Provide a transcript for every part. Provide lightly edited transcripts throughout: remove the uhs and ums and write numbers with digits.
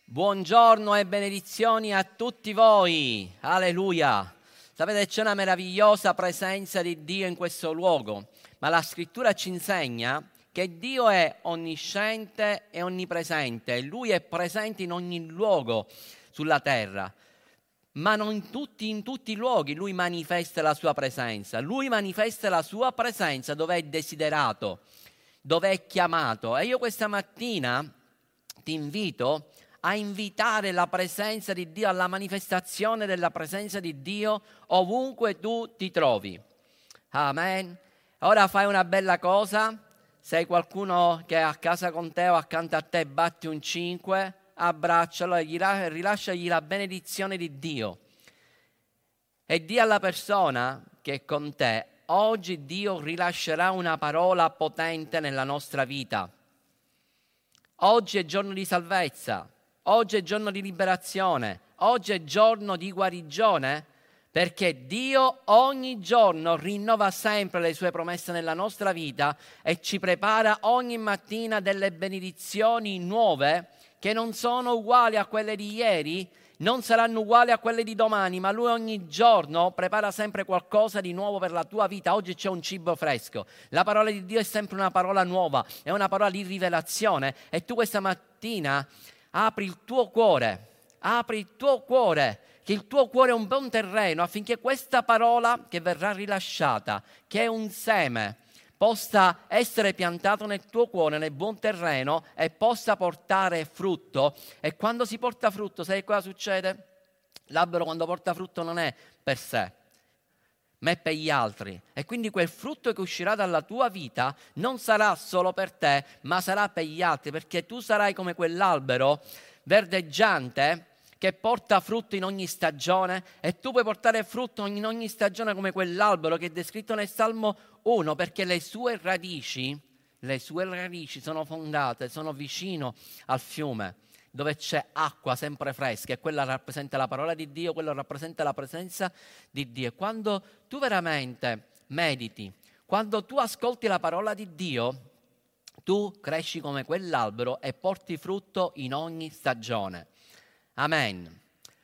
Buongiorno e benedizioni a tutti voi, alleluia. Sapete, c'è una meravigliosa presenza di Dio in questo luogo, ma la scrittura ci insegna che Dio è onnisciente e onnipresente, Lui è presente in ogni luogo sulla terra, ma non in tutti i luoghi Lui manifesta la sua presenza. Lui manifesta la sua presenza dove è desiderato, dove è chiamato. E io questa mattina ti invito a invitare la presenza di Dio, alla manifestazione della presenza di Dio ovunque tu ti trovi. Amen. Ora fai una bella cosa, se hai qualcuno che è a casa con te o accanto a te, batti un 5, abbraccialo e rilasciagli la benedizione di Dio. E di alla persona che è con te, oggi Dio rilascerà una parola potente nella nostra vita. Oggi è giorno di salvezza. Oggi è giorno di liberazione, oggi è giorno di guarigione, perché Dio ogni giorno rinnova sempre le sue promesse nella nostra vita e ci prepara ogni mattina delle benedizioni nuove che non sono uguali a quelle di ieri, non saranno uguali a quelle di domani, ma Lui ogni giorno prepara sempre qualcosa di nuovo per la tua vita. Oggi c'è un cibo fresco. La parola di Dio è sempre una parola nuova, è una parola di rivelazione e tu questa mattina apri il tuo cuore, che il tuo cuore è un buon terreno affinché questa parola che verrà rilasciata, che è un seme, possa essere piantato nel tuo cuore, nel buon terreno e possa portare frutto. E quando si porta frutto, sai cosa succede? L'albero quando porta frutto non è per sé, ma è per gli altri. E quindi quel frutto che uscirà dalla tua vita non sarà solo per te, ma sarà per gli altri, perché tu sarai come quell'albero verdeggiante che porta frutto in ogni stagione, e tu puoi portare frutto in ogni stagione come quell'albero che è descritto nel Salmo 1, perché le sue radici sono fondate, sono vicino al fiume, dove c'è acqua sempre fresca, e quella rappresenta la parola di Dio, quello rappresenta la presenza di Dio. E quando tu veramente mediti, quando tu ascolti la parola di Dio, tu cresci come quell'albero e porti frutto in ogni stagione. Amen.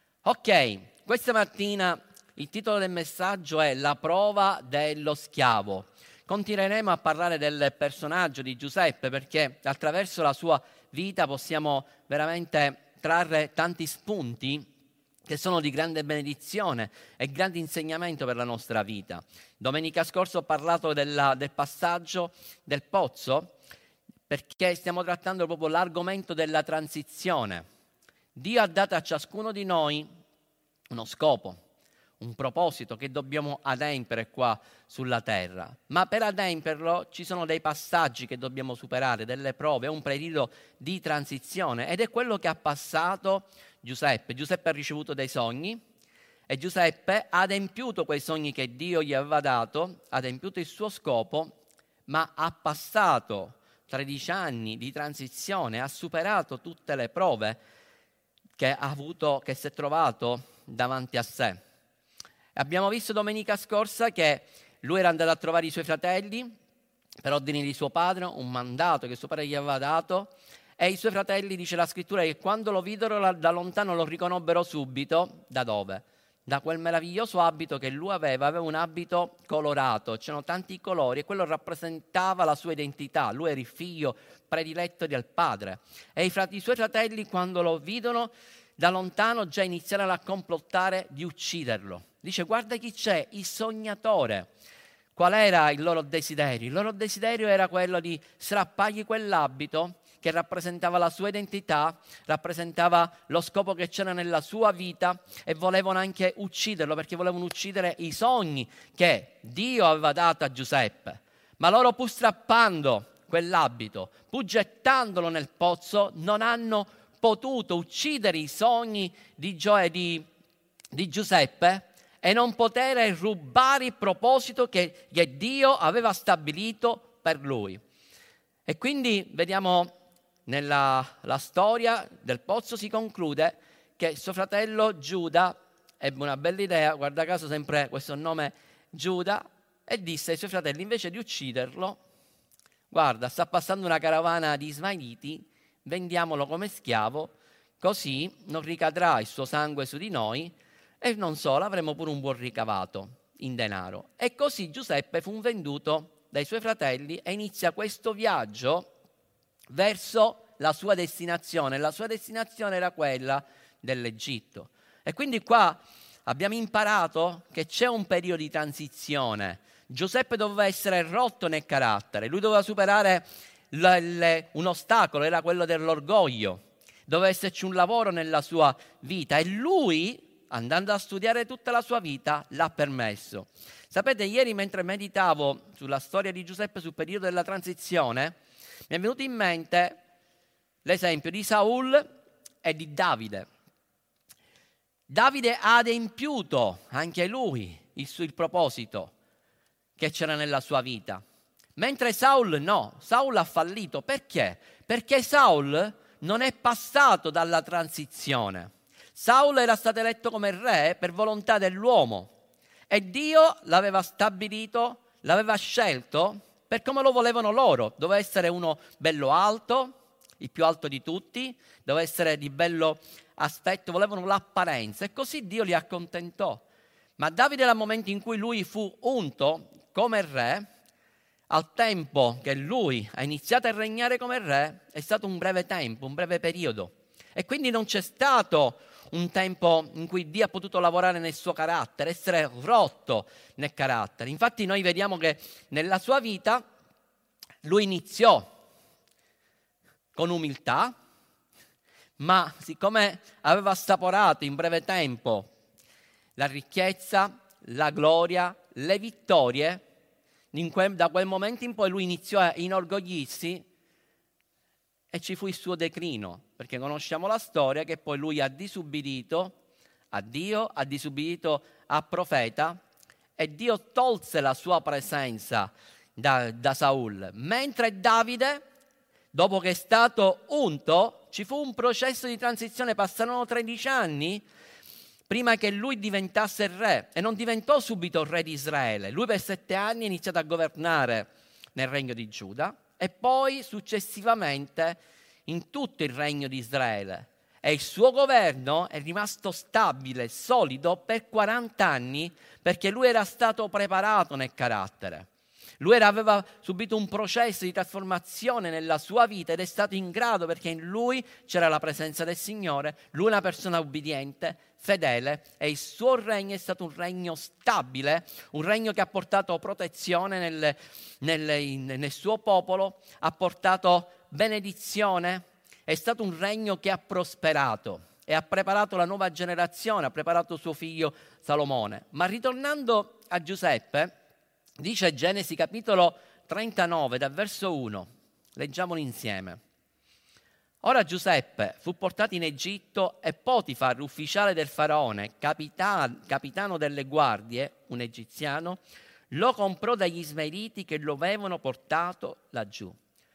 Ok, questa mattina il titolo del messaggio è La prova dello schiavo. Continueremo a parlare del personaggio di Giuseppe, perché attraverso la sua vita possiamo veramente trarre tanti spunti che sono di grande benedizione e grande insegnamento per la nostra vita. Domenica scorsa ho parlato del passaggio del pozzo, perché stiamo trattando proprio l'argomento della transizione. Dio ha dato a ciascuno di noi uno scopo, un proposito che dobbiamo adempiere qua sulla terra, ma per adempierlo ci sono dei passaggi che dobbiamo superare, delle prove, è un periodo di transizione, ed è quello che ha passato Giuseppe. Giuseppe ha ricevuto dei sogni e Giuseppe ha adempiuto quei sogni che Dio gli aveva dato, ha adempiuto il suo scopo, ma ha passato 13 anni di transizione, ha superato tutte le prove che ha avuto, che si è trovato davanti a sé. Abbiamo visto domenica scorsa che lui era andato a trovare i suoi fratelli per ordine di suo padre, un mandato che suo padre gli aveva dato, e i suoi fratelli, dice la scrittura, che quando lo videro da lontano lo riconobbero subito. Da dove? Da quel meraviglioso abito che lui aveva un abito colorato, c'erano tanti colori e quello rappresentava la sua identità. Lui era il figlio prediletto del padre, e i suoi fratelli, quando lo videro da lontano, già iniziarono a complottare di ucciderlo. Dice: guarda chi c'è, il sognatore. Qual era il loro desiderio? Il loro desiderio era quello di strappargli quell'abito che rappresentava la sua identità, rappresentava lo scopo che c'era nella sua vita, e volevano anche ucciderlo, perché volevano uccidere i sogni che Dio aveva dato a Giuseppe. Ma loro, pur strappando quell'abito, pur gettandolo nel pozzo, non hanno potuto uccidere i sogni di Giuseppe e non poter rubare il proposito che Dio aveva stabilito per lui. E quindi vediamo nella storia del pozzo, si conclude che suo fratello Giuda ebbe una bella idea, guarda caso sempre questo nome Giuda, e disse ai suoi fratelli: invece di ucciderlo, guarda, sta passando una caravana di ismaeliti, vendiamolo come schiavo, così non ricadrà il suo sangue su di noi e non solo, avremo pure un buon ricavato in denaro. E così Giuseppe fu venduto dai suoi fratelli e inizia questo viaggio verso la sua destinazione. La sua destinazione era quella dell'Egitto. E quindi qua abbiamo imparato che c'è un periodo di transizione. Giuseppe doveva essere rotto nel carattere, lui doveva superare un ostacolo, era quello dell'orgoglio, doveva esserci un lavoro nella sua vita e lui, andando a studiare tutta la sua vita, l'ha permesso. Sapete, ieri mentre meditavo sulla storia di Giuseppe, sul periodo della transizione, mi è venuto in mente l'esempio di Saul e di Davide. Davide ha adempiuto anche lui il proposito che c'era nella sua vita, mentre Saul no, Saul ha fallito. Perché? Perché Saul non è passato dalla transizione. Saul era stato eletto come re per volontà dell'uomo e Dio l'aveva stabilito, l'aveva scelto per come lo volevano loro. Doveva essere uno bello alto, il più alto di tutti, doveva essere di bello aspetto, volevano l'apparenza e così Dio li accontentò. Ma Davide, al momento in cui lui fu unto come re, al tempo che lui ha iniziato a regnare come re, è stato un breve tempo, un breve periodo. E quindi non c'è stato un tempo in cui Dio ha potuto lavorare nel suo carattere, essere rotto nel carattere. Infatti noi vediamo che nella sua vita lui iniziò con umiltà, ma siccome aveva assaporato in breve tempo la ricchezza, la gloria, le vittorie, da quel momento in poi lui iniziò a inorgoglirsi e ci fu il suo declino, perché conosciamo la storia che poi lui ha disubbidito a Dio, ha disubbidito a profeta e Dio tolse la sua presenza da Saul, mentre Davide, dopo che è stato unto, ci fu un processo di transizione, passarono 13 anni prima che lui diventasse re e non diventò subito re di Israele. Lui per 7 anni ha iniziato a governare nel regno di Giuda e poi successivamente in tutto il regno di Israele. E il suo governo è rimasto stabile, solido per 40 anni perché lui era stato preparato nel carattere. Lui aveva subito un processo di trasformazione nella sua vita ed è stato in grado perché in lui c'era la presenza del Signore, lui è una persona ubbidiente, fedele e il suo regno è stato un regno stabile, un regno che ha portato protezione nel suo popolo, ha portato benedizione, è stato un regno che ha prosperato e ha preparato la nuova generazione, ha preparato suo figlio Salomone. Ma ritornando a Giuseppe, dice Genesi capitolo 39, dal verso 1, leggiamolo insieme. Ora Giuseppe fu portato in Egitto e Potifar, ufficiale del faraone, capitano delle guardie, un egiziano, lo comprò dagli ismaeliti che lo avevano portato laggiù.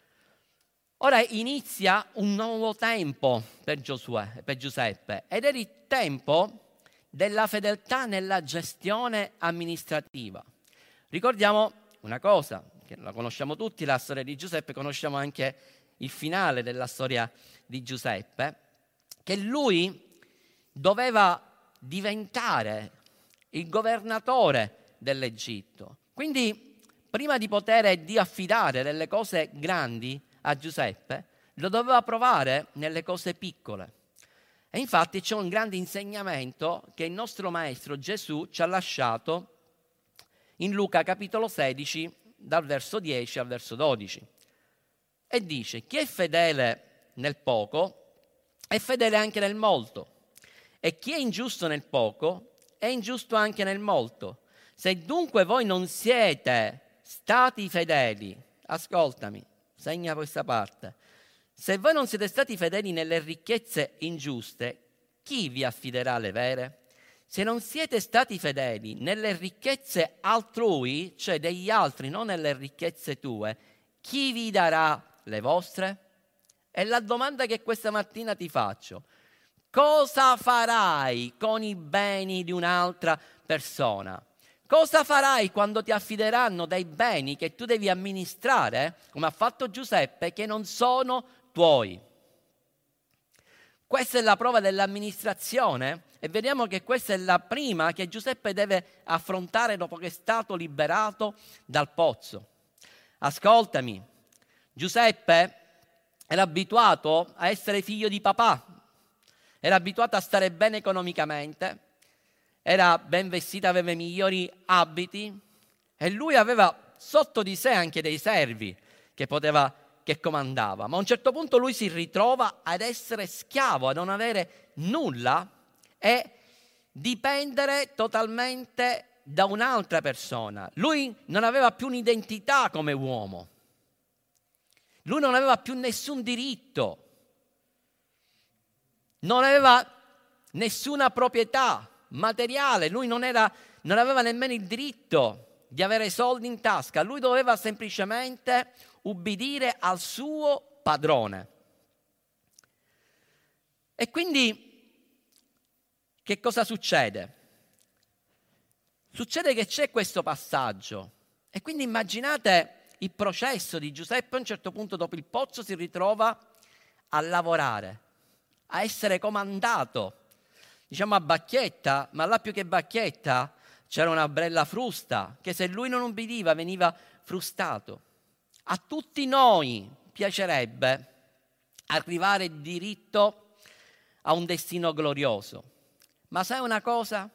Ora inizia un nuovo tempo per Giuseppe ed era il tempo della fedeltà nella gestione amministrativa. Ricordiamo una cosa, che la conosciamo tutti, la storia di Giuseppe, conosciamo anche il finale della storia di Giuseppe, che lui doveva diventare il governatore dell'Egitto. Quindi, prima di poter Dio affidare delle cose grandi a Giuseppe, lo doveva provare nelle cose piccole. E infatti c'è un grande insegnamento che il nostro Maestro Gesù ci ha lasciato in Luca capitolo 16, dal verso 10 al verso 12. E dice: chi è fedele nel poco è fedele anche nel molto, e chi è ingiusto nel poco è ingiusto anche nel molto. Se dunque voi non siete stati fedeli, ascoltami, segna questa parte, se voi non siete stati fedeli nelle ricchezze ingiuste, chi vi affiderà le vere? Se non siete stati fedeli nelle ricchezze altrui, cioè degli altri, non nelle ricchezze tue, chi vi darà le vostre? È la domanda che questa mattina ti faccio. Cosa farai con i beni di un'altra persona? Cosa farai quando ti affideranno dei beni che tu devi amministrare, come ha fatto Giuseppe, che non sono tuoi? Questa è la prova dell'amministrazione e vediamo che questa è la prima che Giuseppe deve affrontare dopo che è stato liberato dal pozzo. Ascoltami, Giuseppe era abituato a essere figlio di papà, era abituato a stare bene economicamente, era ben vestito, aveva i migliori abiti e lui aveva sotto di sé anche dei servi che comandava. Ma a un certo punto lui si ritrova ad essere schiavo, a non avere nulla e dipendere totalmente da un'altra persona. Lui non aveva più un'identità come uomo. Lui non aveva più nessun diritto. Non aveva nessuna proprietà materiale. Lui non aveva nemmeno il diritto di avere soldi in tasca. Lui doveva semplicemente ubbidire al suo padrone. E quindi che cosa succede? Succede che c'è questo passaggio e quindi immaginate il processo di Giuseppe. A un certo punto dopo il pozzo si ritrova a lavorare, a essere comandato, diciamo a bacchetta, ma là più che bacchetta c'era una bella frusta che se lui non ubbidiva veniva frustato. A tutti noi piacerebbe arrivare diritto a un destino glorioso, ma sai una cosa?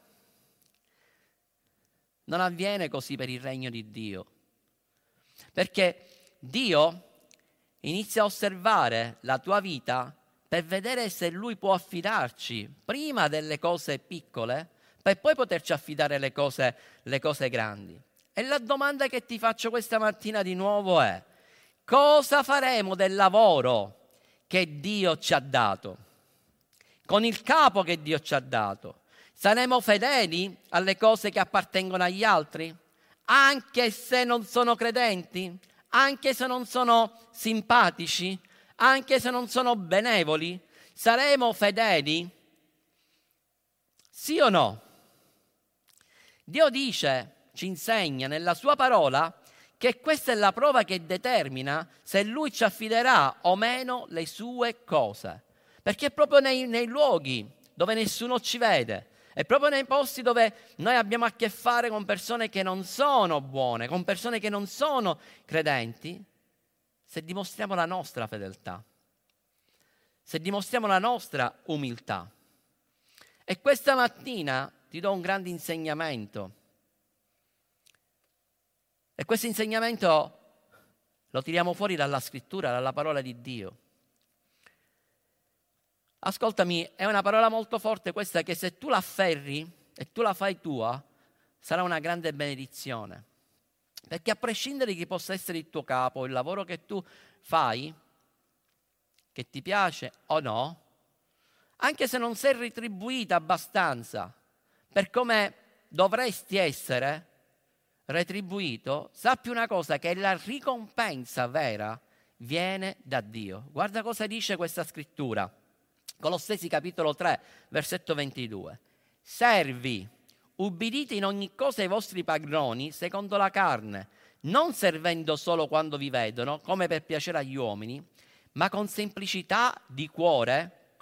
Non avviene così per il regno di Dio, perché Dio inizia a osservare la tua vita per vedere se Lui può affidarci prima delle cose piccole, per poi poterci affidare le cose grandi. E la domanda che ti faccio questa mattina di nuovo è: cosa faremo del lavoro che Dio ci ha dato? Con il capo che Dio ci ha dato? Saremo fedeli alle cose che appartengono agli altri? Anche se non sono credenti? Anche se non sono simpatici? Anche se non sono benevoli? Saremo fedeli? Sì o no? Dio dice, ci insegna nella sua parola che questa è la prova che determina se Lui ci affiderà o meno le sue cose. Perché è proprio nei luoghi dove nessuno ci vede, è proprio nei posti dove noi abbiamo a che fare con persone che non sono buone, con persone che non sono credenti, se dimostriamo la nostra fedeltà, se dimostriamo la nostra umiltà. E questa mattina ti do un grande insegnamento. E questo insegnamento lo tiriamo fuori dalla scrittura, dalla parola di Dio. Ascoltami, è una parola molto forte questa, che se tu la afferri e tu la fai tua, sarà una grande benedizione. Perché a prescindere di chi possa essere il tuo capo, il lavoro che tu fai, che ti piace o no, anche se non sei retribuita abbastanza per come dovresti essere retribuito, sappi una cosa, che la ricompensa vera viene da Dio. Guarda cosa dice questa scrittura. Colossesi capitolo 3, versetto 22. Servi, ubbidite in ogni cosa ai vostri padroni secondo la carne, non servendo solo quando vi vedono, come per piacere agli uomini, ma con semplicità di cuore,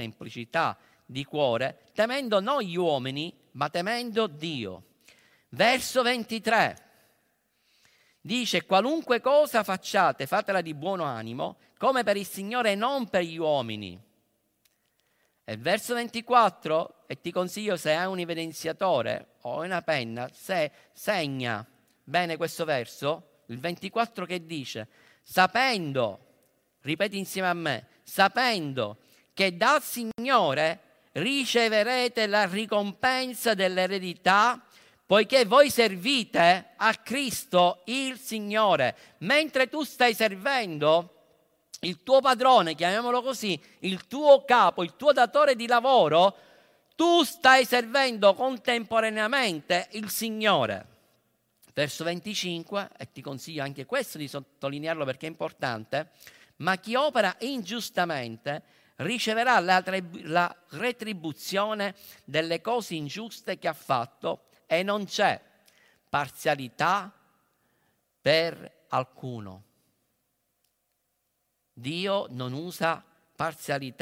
temendo non gli uomini, ma temendo Dio. Verso 23 dice: qualunque cosa facciate, fatela di buono animo, come per il Signore e non per gli uomini. E verso 24, e ti consiglio, se hai un evidenziatore o una penna, se segna bene questo verso, il 24 che dice: sapendo, ripeti insieme a me, sapendo che dal Signore riceverete la ricompensa dell'eredità, poiché voi servite a Cristo il Signore. Mentre tu stai servendo il tuo padrone, chiamiamolo così, il tuo capo, il tuo datore di lavoro, tu stai servendo contemporaneamente il Signore. Verso 25, e ti consiglio anche questo di sottolinearlo perché è importante: ma chi opera ingiustamente riceverà la retribuzione delle cose ingiuste che ha fatto, e non c'è parzialità per alcuno. Dio non usa parzialità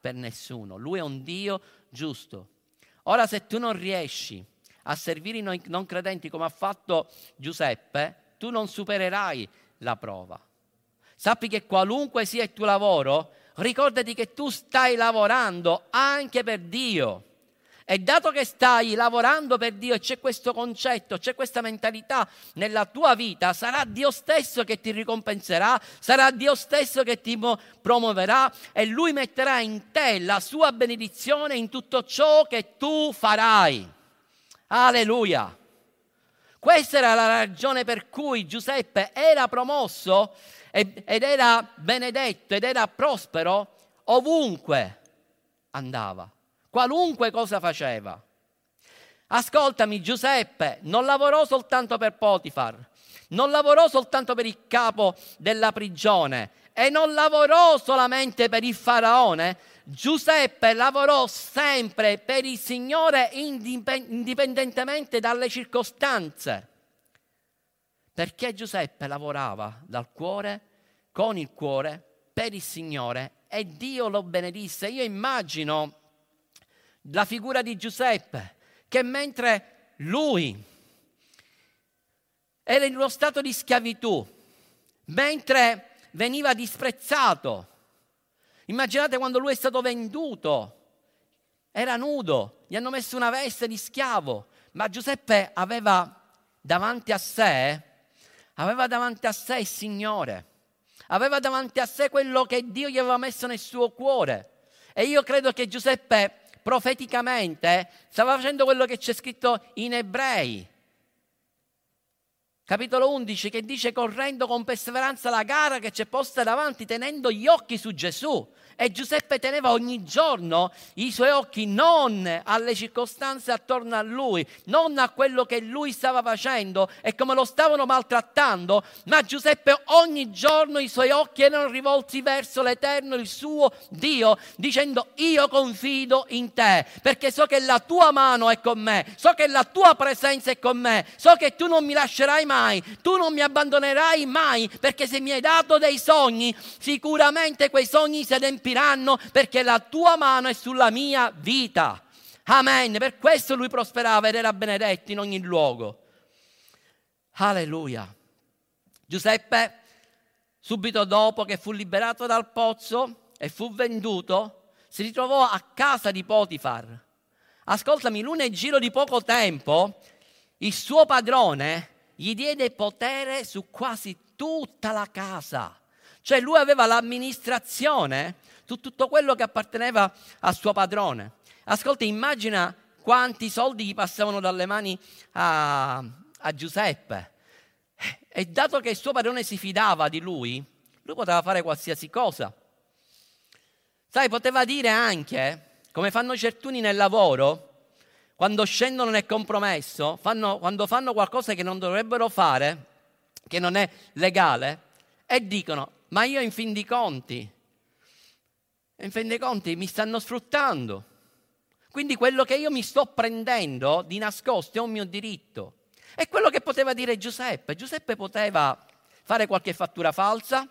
per nessuno. Lui è un Dio giusto. Ora, se tu non riesci a servire i non credenti come ha fatto Giuseppe, tu non supererai la prova. Sappi che qualunque sia il tuo lavoro, ricordati che tu stai lavorando anche per Dio. E dato che stai lavorando per Dio e c'è questo concetto, c'è questa mentalità nella tua vita, sarà Dio stesso che ti ricompenserà, sarà Dio stesso che ti promuoverà e Lui metterà in te la sua benedizione in tutto ciò che tu farai. Alleluia! Questa era la ragione per cui Giuseppe era promosso ed era benedetto ed era prospero ovunque andava, qualunque cosa faceva. Ascoltami, Giuseppe non lavorò soltanto per Potifar, non lavorò soltanto per il capo della prigione e non lavorò solamente per il faraone. Giuseppe lavorò sempre per il Signore indipendentemente dalle circostanze. Perché Giuseppe lavorava dal cuore, con il cuore, per il Signore e Dio lo benedisse. Io immagino la figura di Giuseppe che mentre lui era in uno stato di schiavitù, mentre veniva disprezzato, immaginate quando lui è stato venduto, era nudo, gli hanno messo una veste di schiavo, ma Giuseppe aveva davanti a sé il Signore, aveva davanti a sé quello che Dio gli aveva messo nel suo cuore. E io credo che Giuseppe profeticamente stava facendo quello che c'è scritto in Ebrei, capitolo 11, che dice: correndo con perseveranza la gara che c'è posta davanti, tenendo gli occhi su Gesù. E Giuseppe teneva ogni giorno i suoi occhi non alle circostanze attorno a lui, non a quello che lui stava facendo e come lo stavano maltrattando, ma Giuseppe ogni giorno i suoi occhi erano rivolti verso l'Eterno, il suo Dio, dicendo: io confido in te, perché so che la tua mano è con me, so che la tua presenza è con me, so che tu non mi lascerai mai, tu non mi abbandonerai mai, perché se mi hai dato dei sogni, sicuramente quei sogni si adempiranno, perché la tua mano è sulla mia vita. Amen. Per questo lui prosperava ed era benedetto in ogni luogo. Alleluia. Giuseppe, subito dopo che fu liberato dal pozzo e fu venduto, si ritrovò a casa di Potifar. Ascoltami, lui nel giro di poco tempo, il suo padrone gli diede potere su quasi tutta la casa. Cioè lui aveva l'amministrazione su tutto quello che apparteneva al suo padrone. Ascolta, immagina quanti soldi gli passavano dalle mani a Giuseppe. E dato che il suo padrone si fidava di lui poteva fare qualsiasi cosa. Sai, poteva dire anche, come fanno certuni nel lavoro, quando scendono nel compromesso, quando fanno qualcosa che non dovrebbero fare, che non è legale, e dicono: ma io in fin dei conti mi stanno sfruttando. Quindi quello che io mi sto prendendo di nascosto è un mio diritto. È quello che poteva dire Giuseppe. Giuseppe poteva fare qualche fattura falsa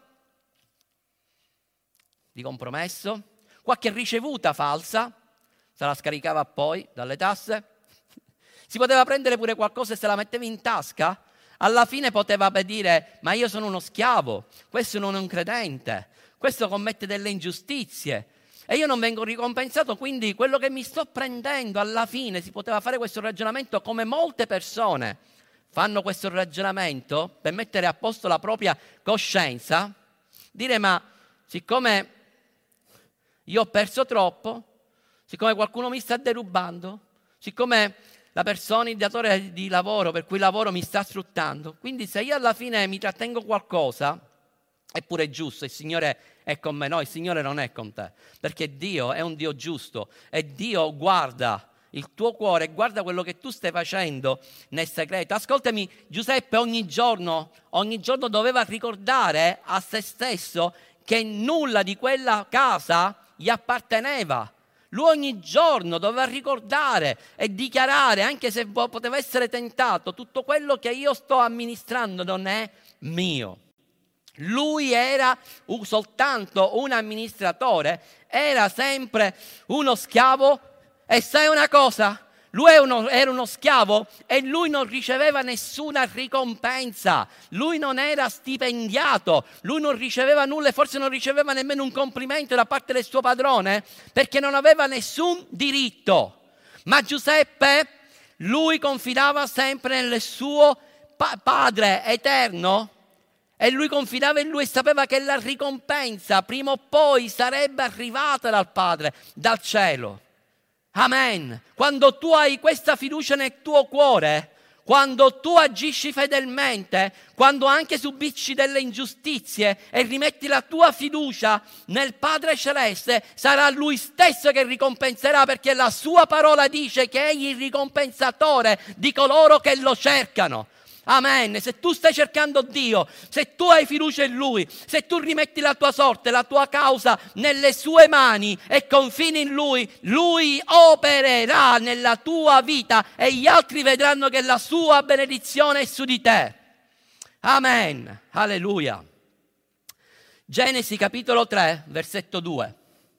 di compromesso, qualche ricevuta falsa, se la scaricava poi dalle tasse. Si poteva prendere pure qualcosa e se la metteva in tasca. Alla fine poteva dire: ma io sono uno schiavo, questo non è un credente, questo commette delle ingiustizie e io non vengo ricompensato, quindi quello che mi sto prendendo, alla fine si poteva fare questo ragionamento, come molte persone fanno questo ragionamento per mettere a posto la propria coscienza, dire: ma siccome io ho perso troppo, siccome qualcuno mi sta derubando, siccome la persona, il datore di lavoro per cui lavoro mi sta sfruttando, quindi se io alla fine mi trattengo qualcosa, è pure giusto, il Signore è con me. No, il Signore non è con te, perché Dio è un Dio giusto e Dio guarda il tuo cuore, guarda quello che tu stai facendo nel segreto. Ascoltami, Giuseppe ogni giorno doveva ricordare a se stesso che nulla di quella casa gli apparteneva. Lui ogni giorno doveva ricordare e dichiarare, anche se poteva essere tentato: tutto quello che io sto amministrando non è mio. Lui era soltanto un amministratore, era sempre uno schiavo. E sai una cosa? Lui era uno schiavo e lui non riceveva nessuna ricompensa, lui non era stipendiato, lui non riceveva nulla e forse non riceveva nemmeno un complimento da parte del suo padrone perché non aveva nessun diritto. Ma Giuseppe, lui confidava sempre nel suo Padre eterno e lui confidava in lui e sapeva che la ricompensa prima o poi sarebbe arrivata dal Padre, dal cielo. Amen. Quando tu hai questa fiducia nel tuo cuore, quando tu agisci fedelmente, quando anche subisci delle ingiustizie e rimetti la tua fiducia nel Padre Celeste, sarà Lui stesso che ricompenserà, perché la sua parola dice che Egli è il ricompensatore di coloro che lo cercano. Amen. Se tu stai cercando Dio, se tu hai fiducia in Lui, se tu rimetti la tua sorte, la tua causa nelle sue mani e confini in Lui, Lui opererà nella tua vita e gli altri vedranno che la sua benedizione è su di te. Amen. Alleluia. Genesi capitolo 3, versetto 2.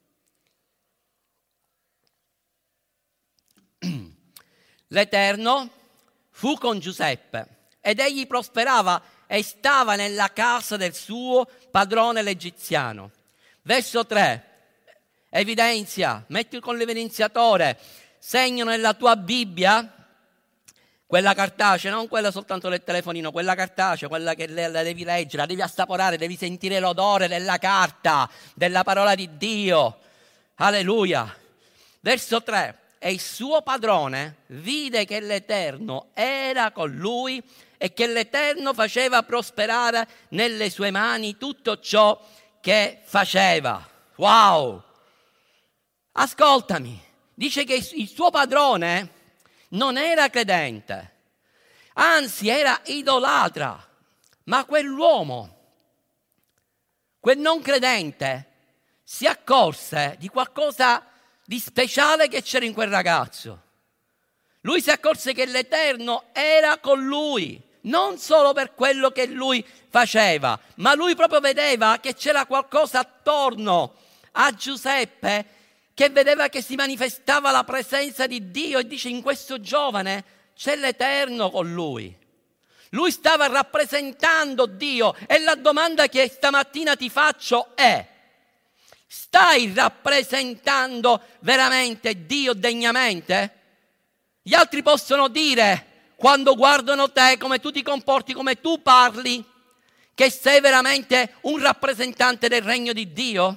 L'Eterno fu con Giuseppe ed egli prosperava e stava nella casa del suo padrone l'egiziano. Verso 3, evidenzia, metti con l'evidenziatore, segno nella tua Bibbia, quella cartacea, non quella soltanto del telefonino, quella cartacea, quella che la devi leggere, la devi assaporare, devi sentire l'odore della carta, della parola di Dio. Alleluia. Verso 3, e il suo padrone vide che l'Eterno era con lui e che l'Eterno faceva prosperare nelle sue mani tutto ciò che faceva. Wow! Ascoltami, dice che il suo padrone non era credente, anzi era idolatra, ma quell'uomo, quel non credente, si accorse di qualcosa di speciale che c'era in quel ragazzo. Lui si accorse che l'Eterno era con lui, non solo per quello che lui faceva, ma lui proprio vedeva che c'era qualcosa attorno a Giuseppe, che vedeva che si manifestava la presenza di Dio e dice: in questo giovane c'è l'Eterno con lui. Lui stava rappresentando Dio e la domanda che stamattina ti faccio è: stai rappresentando veramente Dio degnamente? Gli altri possono dire, quando guardano te, come tu ti comporti, come tu parli, che sei veramente un rappresentante del regno di Dio?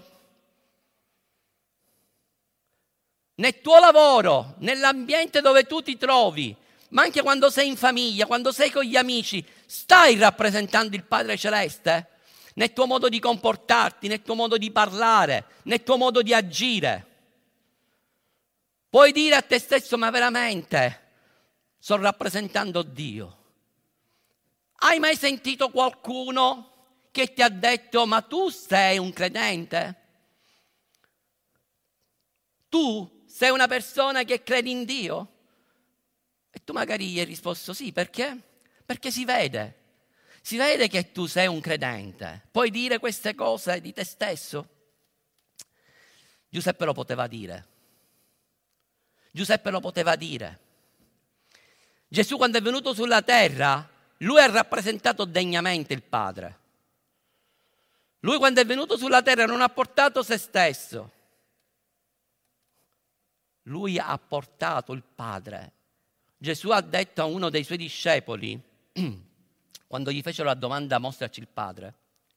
Nel tuo lavoro, nell'ambiente dove tu ti trovi, ma anche quando sei in famiglia, quando sei con gli amici, stai rappresentando il Padre Celeste? Nel tuo modo di comportarti, nel tuo modo di parlare, nel tuo modo di agire. Puoi dire a te stesso: ma veramente sto rappresentando Dio? Hai mai sentito qualcuno che ti ha detto: ma tu sei un credente? Tu sei una persona che credi in Dio? E tu magari gli hai risposto sì, perché? Perché si vede che tu sei un credente. Puoi dire queste cose di te stesso? Giuseppe lo poteva dire. Giuseppe lo poteva dire. Gesù, quando è venuto sulla terra, lui ha rappresentato degnamente il Padre. Lui, quando è venuto sulla terra, non ha portato se stesso. Lui ha portato il Padre. Gesù ha detto a uno dei suoi discepoli, quando gli fecero la domanda: mostraci il Padre,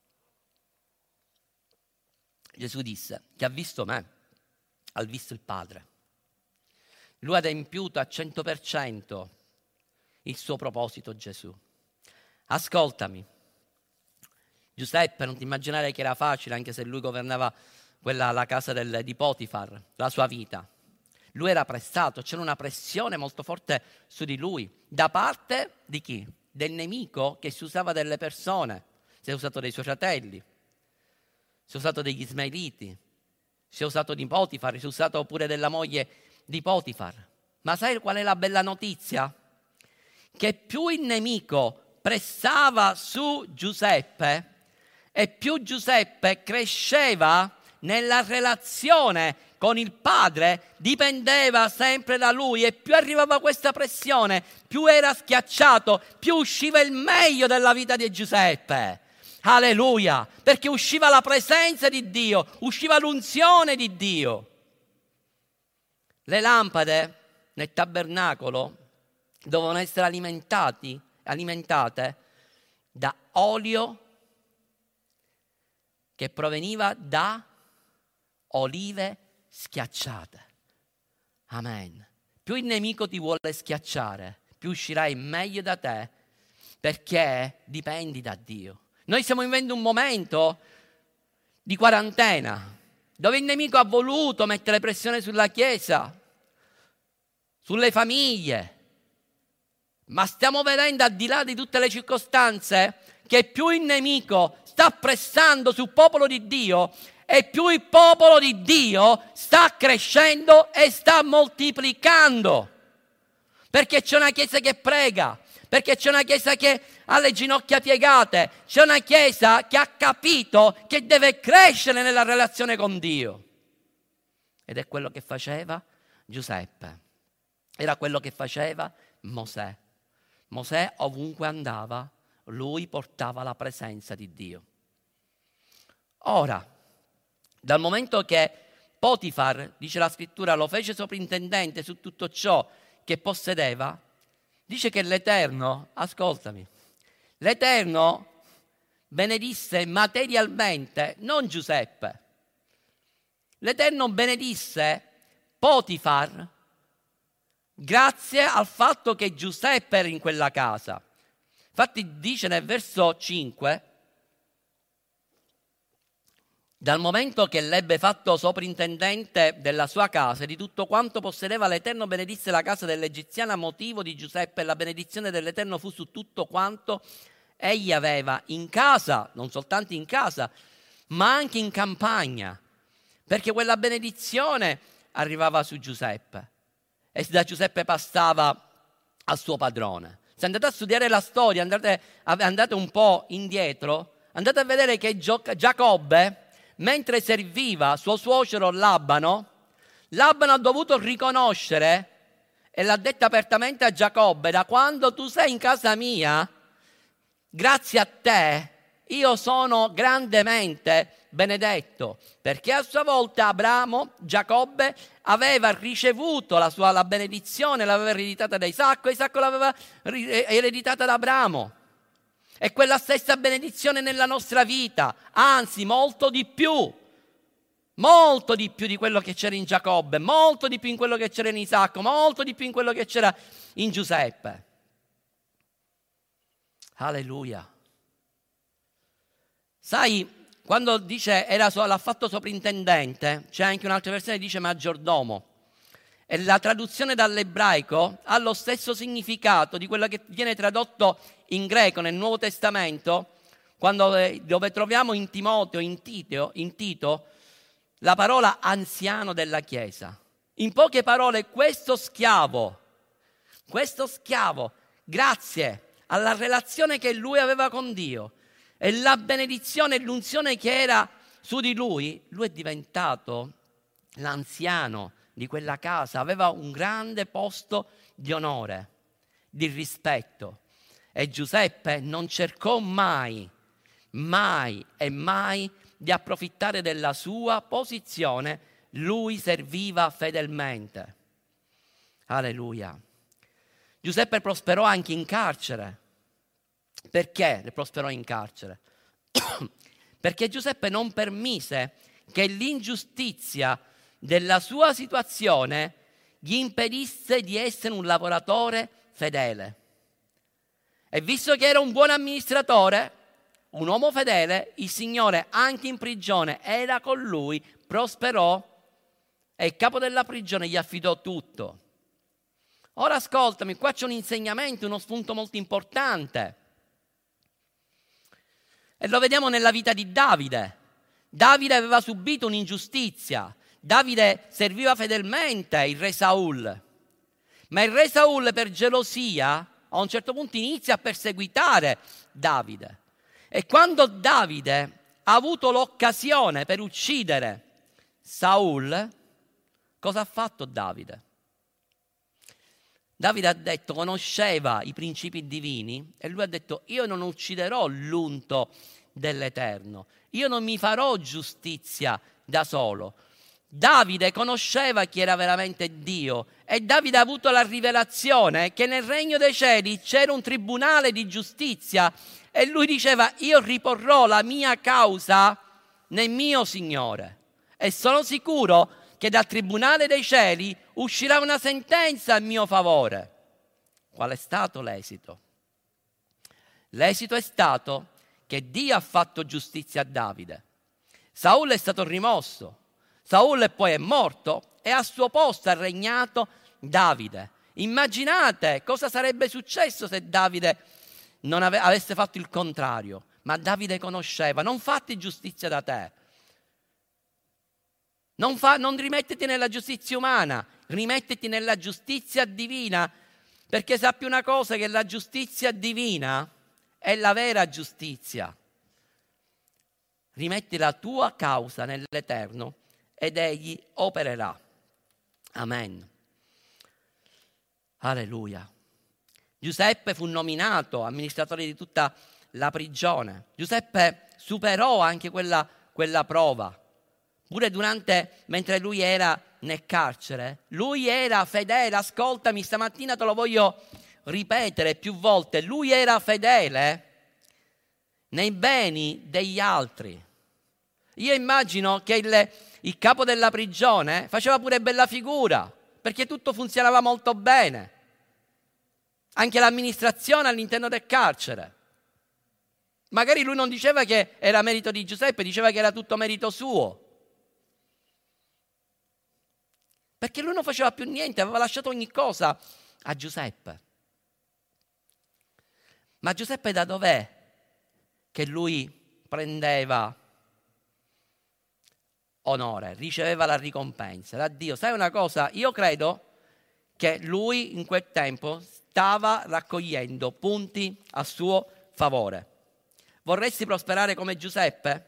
Gesù disse: chi ha visto me ha visto il Padre. Lui ha adempiuto a 100% il suo proposito, Gesù. Ascoltami, Giuseppe, non ti immaginare che era facile, anche se lui governava la casa di Potifar, la sua vita. Lui era pressato, c'era una pressione molto forte su di lui. Da parte di chi? Del nemico che si usava delle persone. Si è usato dei suoi fratelli, si è usato degli ismaeliti, si è usato di Potifar, si è usato pure della moglie di Potifar. Ma sai qual è la bella notizia? Che più il nemico pressava su Giuseppe e più Giuseppe cresceva nella relazione con il padre, dipendeva sempre da lui, e più arrivava questa pressione, più era schiacciato, più usciva il meglio della vita di Giuseppe. Alleluia, perché usciva la presenza di Dio, usciva l'unzione di Dio. Le lampade nel tabernacolo dovevano essere alimentate da olio che proveniva da olive schiacciate. Amen. Più il nemico ti vuole schiacciare, più uscirai meglio da te, perché dipendi da Dio. Noi stiamo vivendo un momento di quarantena, dove il nemico ha voluto mettere pressione sulla Chiesa, sulle famiglie, ma stiamo vedendo, al di là di tutte le circostanze, che più il nemico sta pressando sul popolo di Dio e più il popolo di Dio sta crescendo e sta moltiplicando. Perché c'è una Chiesa che prega, perché c'è una Chiesa che ha le ginocchia piegate, c'è una Chiesa che ha capito che deve crescere nella relazione con Dio. Ed è quello che faceva Giuseppe, era quello che faceva Mosè. Mosè ovunque andava, lui portava la presenza di Dio. Ora, dal momento che Potifar, dice la scrittura, lo fece soprintendente su tutto ciò che possedeva, dice che l'Eterno, ascoltami, l'Eterno benedisse materialmente non Giuseppe. L'Eterno benedisse Potifar grazie al fatto che Giuseppe era in quella casa. Infatti dice nel verso 5: dal momento che l'ebbe fatto soprintendente della sua casa e di tutto quanto possedeva, l'Eterno benedisse la casa dell'Egiziana a motivo di Giuseppe, e la benedizione dell'Eterno fu su tutto quanto egli aveva in casa, non soltanto in casa, ma anche in campagna, perché quella benedizione arrivava su Giuseppe e da Giuseppe passava al suo padrone. Se andate a studiare la storia, andate un po' indietro, andate a vedere che Giacobbe, mentre serviva suo suocero Labano ha dovuto riconoscere, e l'ha detto apertamente a Giacobbe: da quando tu sei in casa mia, grazie a te, io sono grandemente benedetto, perché a sua volta Giacobbe aveva ricevuto la benedizione, l'aveva ereditata da Isacco, Isacco l'aveva ereditata da Abramo. E quella stessa benedizione nella nostra vita, anzi molto di più di quello che c'era in Giacobbe, molto di più in quello che c'era in Isacco, molto di più in quello che c'era in Giuseppe. Alleluia. Sai, quando dice l'ha fatto soprintendente, c'è anche un'altra versione che dice maggiordomo. E la traduzione dall'ebraico ha lo stesso significato di quello che viene tradotto in greco nel Nuovo Testamento, dove troviamo in Timoteo, in Tito, la parola anziano della Chiesa. In poche parole, questo schiavo, grazie alla relazione che lui aveva con Dio e la benedizione e l'unzione che era su di lui è diventato l'anziano di quella casa, aveva un grande posto di onore, di rispetto. E Giuseppe non cercò mai di approfittare della sua posizione, lui serviva fedelmente. Alleluia. Giuseppe prosperò anche in carcere. Perché prosperò in carcere? Perché Giuseppe non permise che l'ingiustizia della sua situazione gli impedisse di essere un lavoratore fedele. E visto che era un buon amministratore, un uomo fedele, il Signore anche in prigione era con lui, prosperò e il capo della prigione gli affidò tutto. Ora ascoltami, qua c'è un insegnamento, uno spunto molto importante. E lo vediamo nella vita di Davide. Davide aveva subito un'ingiustizia. Davide serviva fedelmente il re Saul. Ma il re Saul, per gelosia, a un certo punto inizia a perseguitare Davide. E quando Davide ha avuto l'occasione per uccidere Saul, cosa ha fatto Davide? Davide ha detto, conosceva i principi divini e lui ha detto, io non ucciderò l'unto dell'Eterno, io non mi farò giustizia da solo. Davide conosceva chi era veramente Dio e Davide ha avuto la rivelazione che nel regno dei cieli c'era un tribunale di giustizia e lui diceva, io riporrò la mia causa nel mio Signore e sono sicuro che dal tribunale dei cieli uscirà una sentenza a mio favore. Qual è stato l'esito? L'esito è stato che Dio ha fatto giustizia a Davide. Saul è stato rimosso, Saul poi è morto e al suo posto ha regnato Davide. Immaginate cosa sarebbe successo se Davide non avesse fatto il contrario, ma Davide conosceva, non fatti giustizia da te. Non rimettiti nella giustizia umana, rimettiti nella giustizia divina, perché sappi una cosa, che la giustizia divina è la vera giustizia. Rimetti la tua causa nell'Eterno ed Egli opererà. Amen. Alleluia. Giuseppe fu nominato amministratore di tutta la prigione. Giuseppe superò anche quella prova. Pure mentre lui era nel carcere, lui era fedele. Ascoltami, stamattina te lo voglio ripetere più volte. Lui era fedele nei beni degli altri. Io immagino che il capo della prigione faceva pure bella figura, perché tutto funzionava molto bene. Anche l'amministrazione all'interno del carcere. Magari lui non diceva che era merito di Giuseppe, diceva che era tutto merito suo. Perché lui non faceva più niente, aveva lasciato ogni cosa a Giuseppe. Ma Giuseppe da dov'è che lui prendeva onore, riceveva la ricompensa? Da Dio. Sai una cosa? Io credo che lui in quel tempo stava raccogliendo punti a suo favore. Vorresti prosperare come Giuseppe?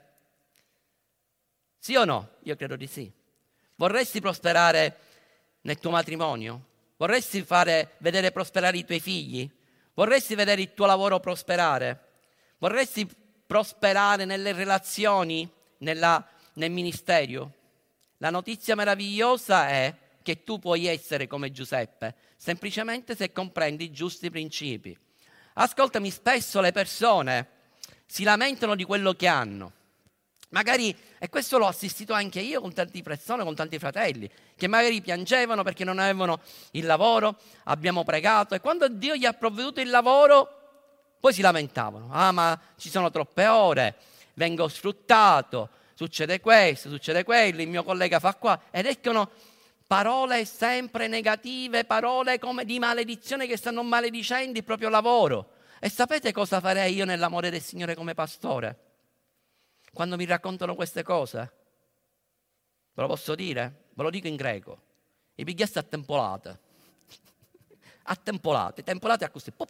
Sì o no? Io credo di sì. Vorresti prosperare nel tuo matrimonio? Vorresti vedere prosperare i tuoi figli? Vorresti vedere il tuo lavoro prosperare? Vorresti prosperare nelle relazioni, nel ministero? La notizia meravigliosa è che tu puoi essere come Giuseppe, semplicemente se comprendi i giusti principi. Ascoltami, spesso le persone si lamentano di quello che hanno. Magari, e questo l'ho assistito anche io con tante persone, con tanti fratelli, che magari piangevano perché non avevano il lavoro, abbiamo pregato, e quando Dio gli ha provveduto il lavoro, poi si lamentavano. Ah, ma ci sono troppe ore, vengo sfruttato, succede questo, succede quello, il mio collega fa qua, ed eccono parole sempre negative, parole come di maledizione che stanno maledicendo il proprio lavoro. E sapete cosa farei io nell'amore del Signore come pastore? Quando mi raccontano queste cose, ve lo posso dire? Ve lo dico in greco. I pigliassi attempolate. Tempolate a così.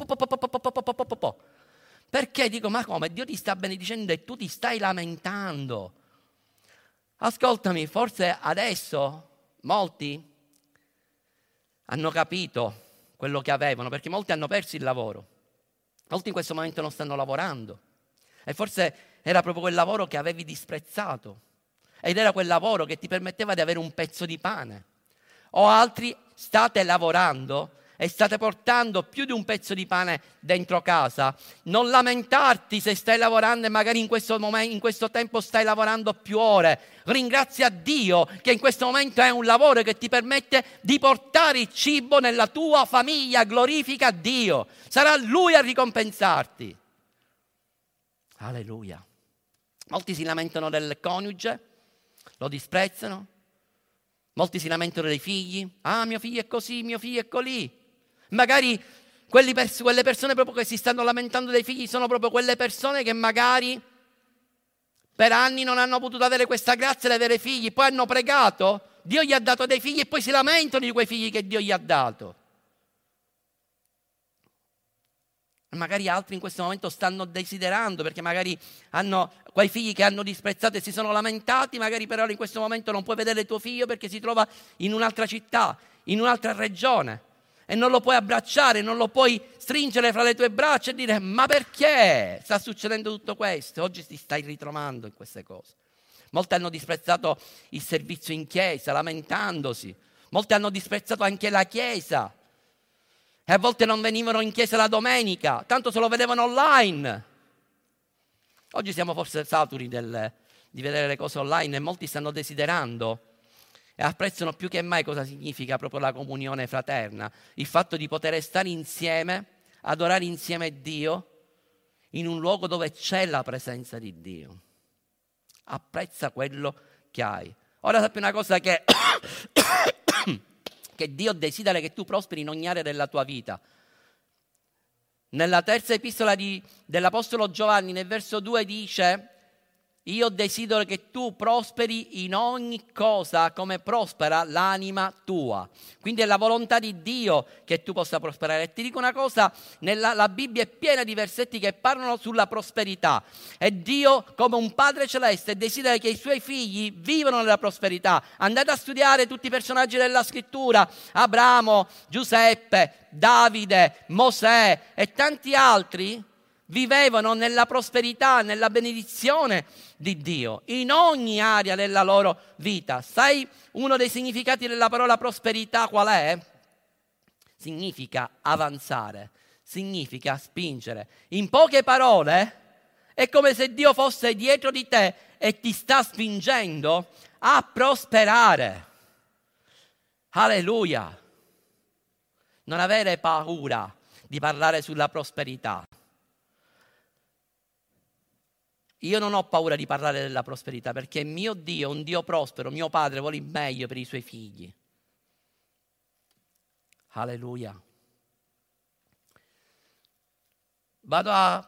Perché dico, ma come? Dio ti sta benedicendo e tu ti stai lamentando. Ascoltami, forse adesso molti hanno capito quello che avevano, perché molti hanno perso il lavoro. Molti in questo momento non stanno lavorando. E forse era proprio quel lavoro che avevi disprezzato. Ed era quel lavoro che ti permetteva di avere un pezzo di pane. O altri state lavorando e state portando più di un pezzo di pane dentro casa. Non lamentarti se stai lavorando e magari in questo tempo stai lavorando più ore. Ringrazia Dio che in questo momento è un lavoro che ti permette di portare il cibo nella tua famiglia. Glorifica Dio. Sarà Lui a ricompensarti. Alleluia. Molti si lamentano del coniuge, lo disprezzano. Molti si lamentano dei figli. Ah, mio figlio è così, mio figlio è colì. Magari quelle persone proprio che si stanno lamentando dei figli sono proprio quelle persone che magari per anni non hanno potuto avere questa grazia di avere figli, poi hanno pregato, Dio gli ha dato dei figli e poi si lamentano di quei figli che Dio gli ha dato. Magari altri in questo momento stanno desiderando, perché magari hanno quei figli che hanno disprezzato e si sono lamentati, magari però in questo momento non puoi vedere tuo figlio perché si trova in un'altra città, in un'altra regione, e non lo puoi abbracciare, non lo puoi stringere fra le tue braccia e dire: ma perché sta succedendo tutto questo? Oggi ti stai ritrovando in queste cose. Molti hanno disprezzato il servizio in chiesa, lamentandosi. Molti hanno disprezzato anche la chiesa. E a volte non venivano in chiesa la domenica, tanto se lo vedevano online. Oggi siamo forse saturi di vedere le cose online e molti stanno desiderando e apprezzano più che mai cosa significa proprio la comunione fraterna, il fatto di poter stare insieme, adorare insieme Dio in un luogo dove c'è la presenza di Dio. Apprezza quello che hai. Ora sappi una cosa, che Dio desidera che tu prosperi in ogni area della tua vita. Nella terza epistola dell'Apostolo Giovanni, nel verso 2 dice: io desidero che tu prosperi in ogni cosa come prospera l'anima tua. Quindi è la volontà di Dio che tu possa prosperare. E ti dico una cosa, la Bibbia è piena di versetti che parlano sulla prosperità. E Dio, come un Padre Celeste, desidera che i suoi figli vivano nella prosperità. Andate a studiare tutti i personaggi della Scrittura: Abramo, Giuseppe, Davide, Mosè e tanti altri vivevano nella prosperità, nella benedizione di Dio, in ogni area della loro vita. Sai uno dei significati della parola prosperità qual è? Significa avanzare, significa spingere. In poche parole, è come se Dio fosse dietro di te e ti sta spingendo a prosperare. Alleluia! Non avere paura di parlare sulla prosperità. Io non ho paura di parlare della prosperità, perché mio Dio è un Dio prospero, mio Padre vuole il meglio per i suoi figli. Alleluia. Vado ad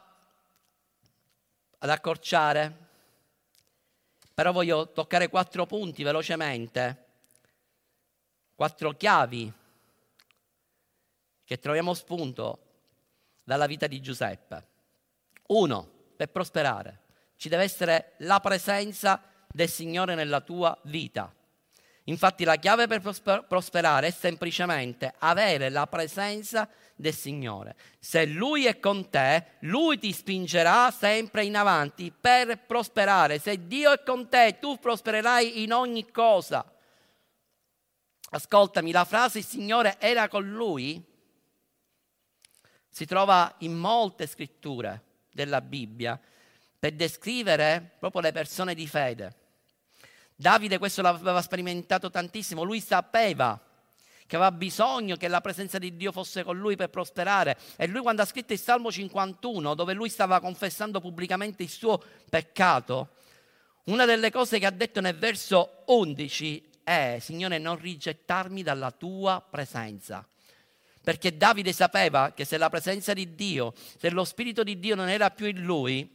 accorciare, però voglio toccare 4 punti velocemente, 4 chiavi che troviamo spunto dalla vita di Giuseppe. 1, per prosperare ci deve essere la presenza del Signore nella tua vita. Infatti la chiave per prosperare è semplicemente avere la presenza del Signore. Se Lui è con te, Lui ti spingerà sempre in avanti per prosperare. Se Dio è con te, tu prospererai in ogni cosa. Ascoltami, la frase "il Signore era con lui" si trova in molte scritture della Bibbia per descrivere proprio le persone di fede. Davide questo l'aveva sperimentato tantissimo, lui sapeva che aveva bisogno che la presenza di Dio fosse con lui per prosperare, e lui, quando ha scritto il Salmo 51, dove lui stava confessando pubblicamente il suo peccato, una delle cose che ha detto nel verso 11 è: Signore, non rigettarmi dalla tua presenza. Perché Davide sapeva che se la presenza di Dio, se lo Spirito di Dio non era più in lui,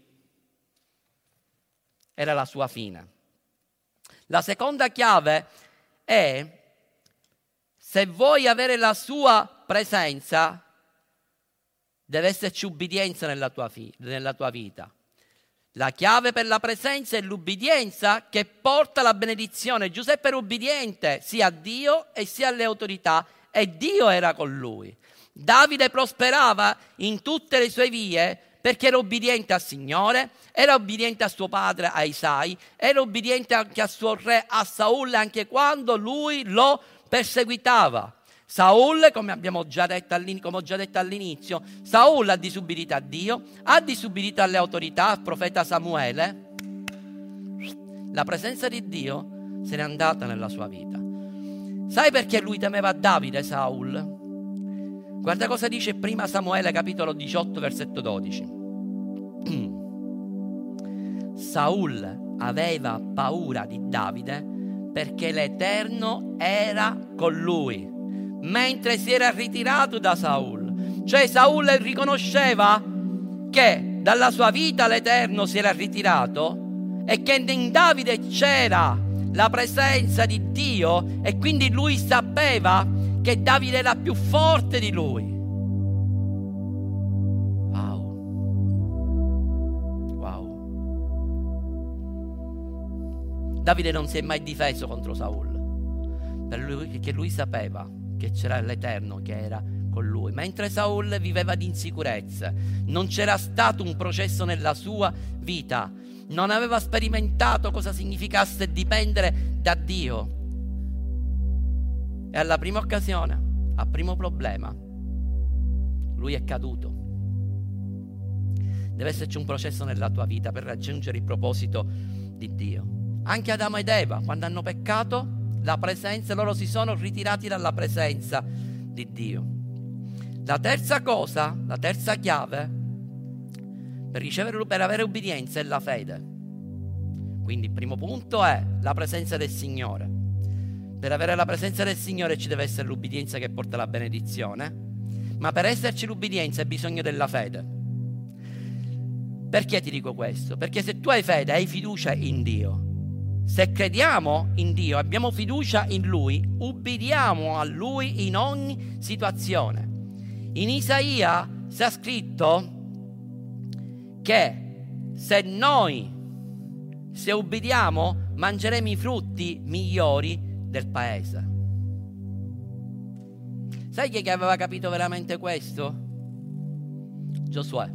era la sua fine. La seconda chiave è: se vuoi avere la sua presenza, deve esserci ubbidienza nella tua vita. La chiave per la presenza è l'ubbidienza che porta la benedizione. Giuseppe era ubbidiente sia a Dio e sia alle autorità, e Dio era con lui. Davide prosperava in tutte le sue vie perché era ubbidiente al Signore, era ubbidiente a suo padre, a Isai, era ubbidiente anche al suo re, a Saul, anche quando lui lo perseguitava. Saul, come ho già detto all'inizio, Saul ha disubbidito a Dio, ha disubbidito alle autorità, al profeta Samuele. La presenza di Dio se n'è andata nella sua vita. Sai perché lui temeva Davide, Saul? Guarda cosa dice prima Samuele, capitolo 18, versetto 12. Saul aveva paura di Davide perché l'Eterno era con lui, mentre si era ritirato da Saul. Cioè Saul riconosceva che dalla sua vita l'Eterno si era ritirato e che in Davide c'era la presenza di Dio, e quindi lui sapeva che Davide era più forte di lui. Davide non si è mai difeso contro Saul, perché lui sapeva che c'era l'Eterno che era con lui. Mentre Saul viveva di insicurezze, non c'era stato un processo nella sua vita, non aveva sperimentato cosa significasse dipendere da Dio. E alla prima occasione, al primo problema, lui è caduto. Deve esserci un processo nella tua vita per raggiungere il proposito di Dio. Anche Adamo ed Eva, quando hanno peccato, loro si sono ritirati dalla presenza di Dio. La terza cosa, la terza chiave per avere ubbidienza è la fede. Quindi il primo punto è la presenza del Signore. Per avere la presenza del Signore ci deve essere l'ubbidienza che porta alla benedizione, ma per esserci l'ubbidienza hai bisogno della fede. Perché ti dico questo? Perché se tu hai fede, hai fiducia in Dio. Se crediamo in Dio, abbiamo fiducia in Lui, ubbidiamo a Lui in ogni situazione. In Isaia sta scritto che se ubbidiamo, mangeremo i frutti migliori del paese. Sai chi aveva capito veramente questo? Giosuè.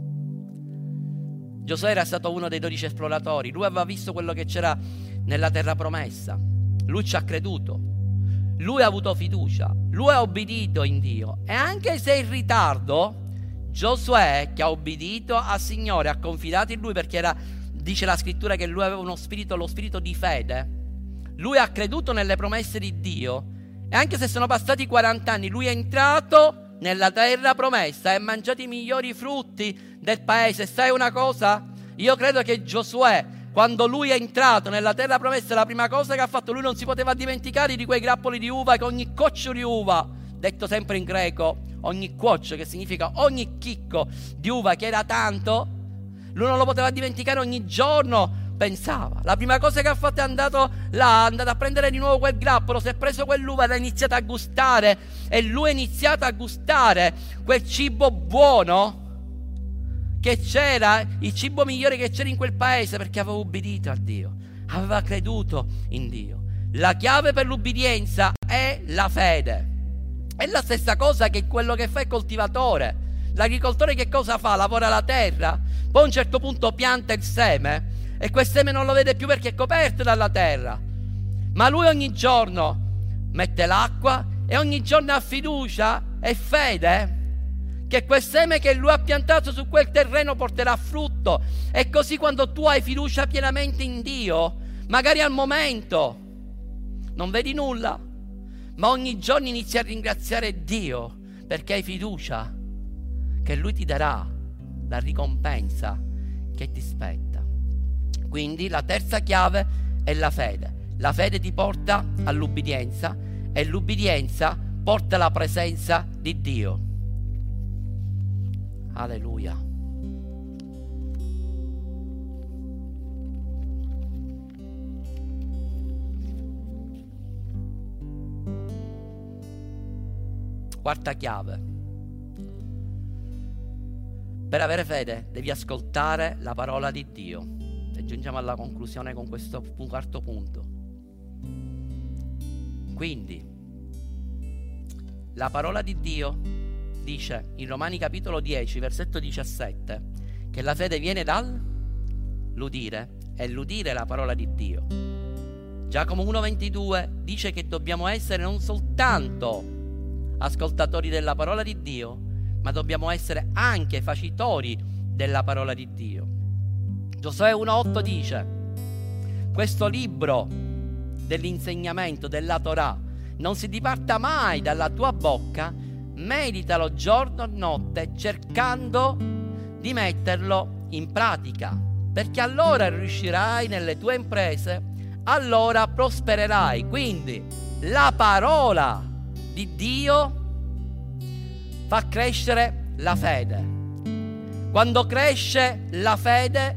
Giosuè era stato uno dei 12 esploratori. Lui aveva visto quello che c'era nella terra promessa. Lui ci ha creduto. Lui ha avuto fiducia. Lui ha obbedito in Dio. E anche se in ritardo, Giosuè, che ha obbedito al Signore, ha confidato in Lui, perché dice la scrittura che lui aveva lo spirito di fede. Lui ha creduto nelle promesse di Dio. E anche se sono passati 40 anni, lui è entrato nella terra promessa e ha mangiato i migliori frutti del paese. Sai una cosa? Io credo che Giosuè, quando lui è entrato nella terra promessa, la prima cosa che ha fatto, lui non si poteva dimenticare di quei grappoli di uva, che ogni coccio di uva, detto sempre in greco, ogni quoccio, che significa ogni chicco di uva, che era tanto, lui non lo poteva dimenticare. Ogni giorno pensava. La prima cosa che ha fatto è andato là, è andato a prendere di nuovo quel grappolo, si è preso quell'uva ed ha iniziato a gustare, e lui ha iniziato a gustare quel cibo buono che c'era, il cibo migliore che c'era in quel paese, perché aveva ubbidito a Dio, aveva creduto in Dio. La chiave per l'ubbidienza è la fede. È la stessa cosa che quello che fa il coltivatore. L'agricoltore che cosa fa? Lavora la terra, poi a un certo punto pianta il seme, e quel seme non lo vede più perché è coperto dalla terra, ma lui ogni giorno mette l'acqua e ogni giorno ha fiducia e fede che quel seme che lui ha piantato su quel terreno porterà frutto. E così, quando tu hai fiducia pienamente in Dio, magari al momento non vedi nulla, ma ogni giorno inizi a ringraziare Dio perché hai fiducia che Lui ti darà la ricompensa che ti spetta. Quindi la terza chiave è la fede. La fede ti porta all'ubbidienza, e l'ubbidienza porta alla presenza di Dio. Alleluia. Quarta chiave. Per avere fede devi ascoltare la parola di Dio. E giungiamo alla conclusione con questo quarto punto. Quindi la parola di Dio dice in Romani capitolo 10 versetto 17 che la fede viene dall'udire, e l'udire la parola di Dio. Giacomo 1,22 dice che dobbiamo essere non soltanto ascoltatori della parola di Dio, ma dobbiamo essere anche facitori della parola di Dio. Giosuè 1,8 dice: questo libro dell'insegnamento della Torah non si diparta mai dalla tua bocca, meditalo giorno e notte, cercando di metterlo in pratica, perché allora riuscirai nelle tue imprese, allora prospererai. Quindi la parola di Dio fa crescere la fede. Quando cresce la fede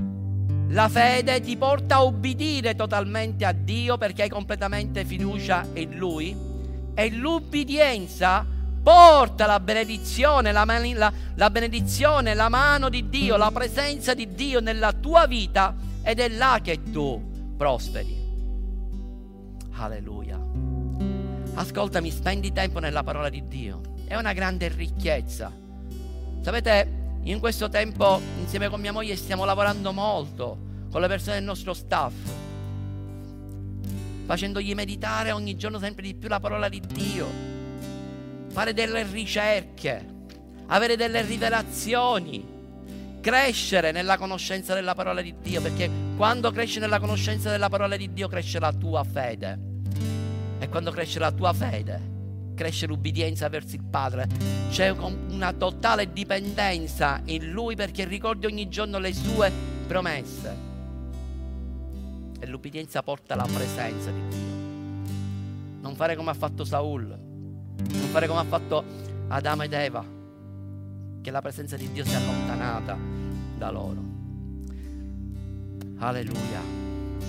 ti porta a ubbidire totalmente a Dio, perché hai completamente fiducia in Lui, e l'ubbidienza porta la benedizione, la benedizione, la mano di Dio, la presenza di Dio nella tua vita, ed è là che tu prosperi. Alleluia. Ascoltami, spendi tempo nella parola di Dio. È una grande ricchezza. Sapete, in questo tempo insieme con mia moglie stiamo lavorando molto con le persone del nostro staff, facendogli meditare ogni giorno sempre di più la parola di Dio, fare delle ricerche, avere delle rivelazioni, crescere nella conoscenza della parola di Dio, perché quando cresci nella conoscenza della parola di Dio cresce la tua fede, e quando cresce la tua fede cresce l'ubbidienza verso il Padre. C'è una totale dipendenza in Lui, perché ricordi ogni giorno le sue promesse, e l'ubbidienza porta alla presenza di Dio. Non fare come ha fatto Saul, non fare come ha fatto Adamo ed Eva, che la presenza di Dio si è allontanata da loro. Alleluia.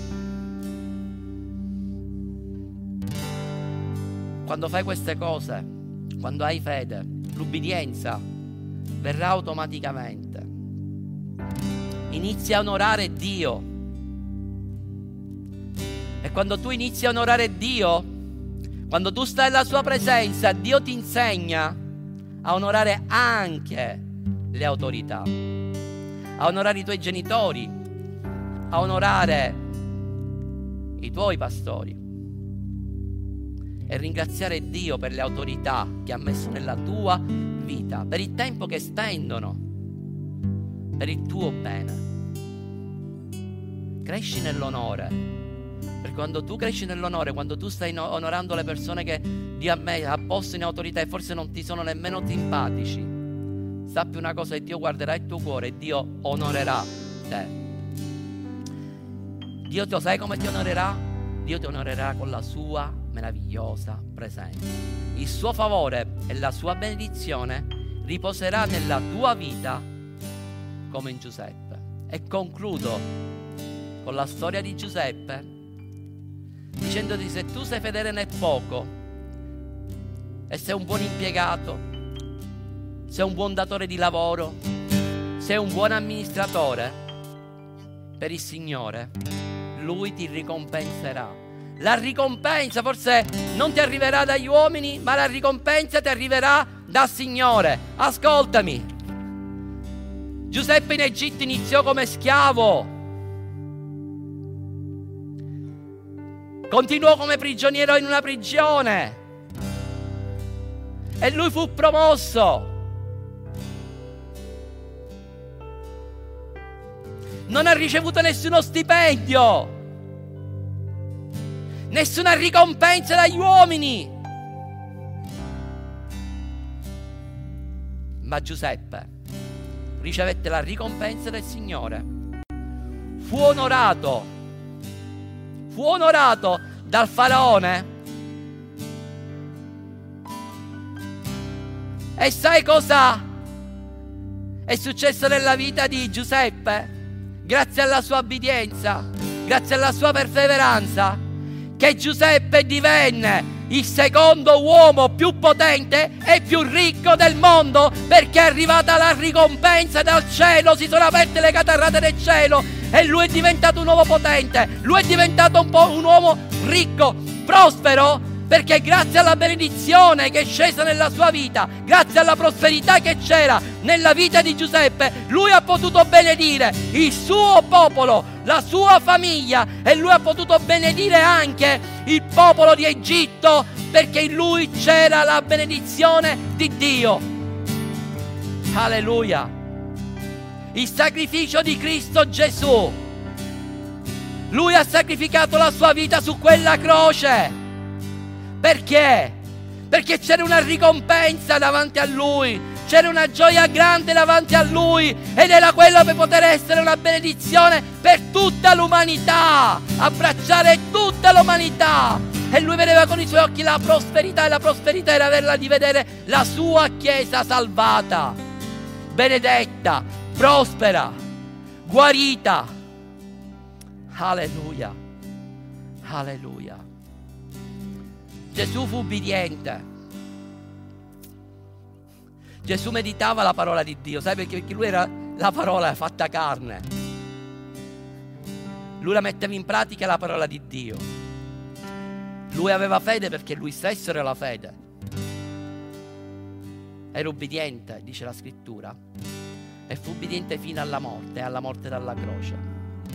Quando fai queste cose, quando hai fede, l'ubbidienza verrà automaticamente. Inizi a onorare Dio. E quando tu inizi a onorare Dio, quando tu stai nella sua presenza, Dio ti insegna a onorare anche le autorità, a onorare i tuoi genitori, a onorare i tuoi pastori, e ringraziare Dio per le autorità che ha messo nella tua vita, per il tempo che spendono per il tuo bene. Cresci nell'onore, perché quando tu cresci nell'onore, quando tu stai onorando le persone che Dio ha posto in autorità e forse non ti sono nemmeno simpatici, sappi una cosa: Dio guarderà il tuo cuore e Dio onorerà te. Dio, sai come ti onorerà? Dio ti onorerà con la sua meravigliosa presenza. Il suo favore e la sua benedizione riposerà nella tua vita come in Giuseppe. E concludo con la storia di Giuseppe dicendoti: se tu sei fedele nel poco e sei un buon impiegato, sei un buon datore di lavoro, sei un buon amministratore per il Signore, Lui ti ricompenserà. La ricompensa forse non ti arriverà dagli uomini, ma la ricompensa ti arriverà dal Signore. Ascoltami, Giuseppe in Egitto iniziò come schiavo, continuò come prigioniero in una prigione e lui fu promosso. Non ha ricevuto nessuno stipendio, nessuna ricompensa dagli uomini, ma Giuseppe ricevette la ricompensa del Signore. Fu onorato dal faraone. E sai cosa è successo nella vita di Giuseppe? Grazie alla sua obbedienza, grazie alla sua perseveranza, che Giuseppe divenne il secondo uomo più potente e più ricco del mondo, perché è arrivata la ricompensa dal cielo, si sono aperte le catarrate del cielo e lui è diventato un uomo potente, lui è diventato un uomo ricco, prospero, perché grazie alla benedizione che è scesa nella sua vita, grazie alla prosperità che c'era nella vita di Giuseppe, lui ha potuto benedire il suo popolo, la sua famiglia, e lui ha potuto benedire anche il popolo di Egitto, perché in lui c'era la benedizione di Dio. Alleluia. Il sacrificio di Cristo Gesù, lui ha sacrificato la sua vita su quella croce. Perché? Perché c'era una ricompensa davanti a lui, c'era una gioia grande davanti a lui, ed era quello per poter essere una benedizione per tutta l'umanità, abbracciare tutta l'umanità. E lui vedeva con i suoi occhi la prosperità, e la prosperità era quella di vedere la sua chiesa salvata, benedetta, prospera, guarita. Alleluia, alleluia. Gesù fu ubbidiente. Gesù meditava la parola di Dio, sai perché? Perché lui era la parola fatta carne. Lui la metteva in pratica la parola di Dio. Lui aveva fede perché lui stesso era la fede. Era ubbidiente, dice la scrittura, e fu ubbidiente fino alla morte dalla croce.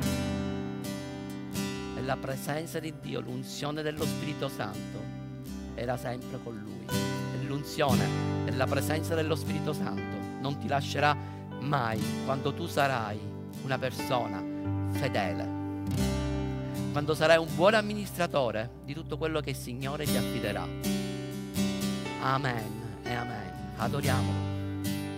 E la presenza di Dio, l'unzione dello Spirito Santo era sempre con lui. E l'unzione e la presenza dello Spirito Santo non ti lascerà mai quando tu sarai una persona fedele, quando sarai un buon amministratore di tutto quello che il Signore ti affiderà. Amen e amen. Adoriamolo.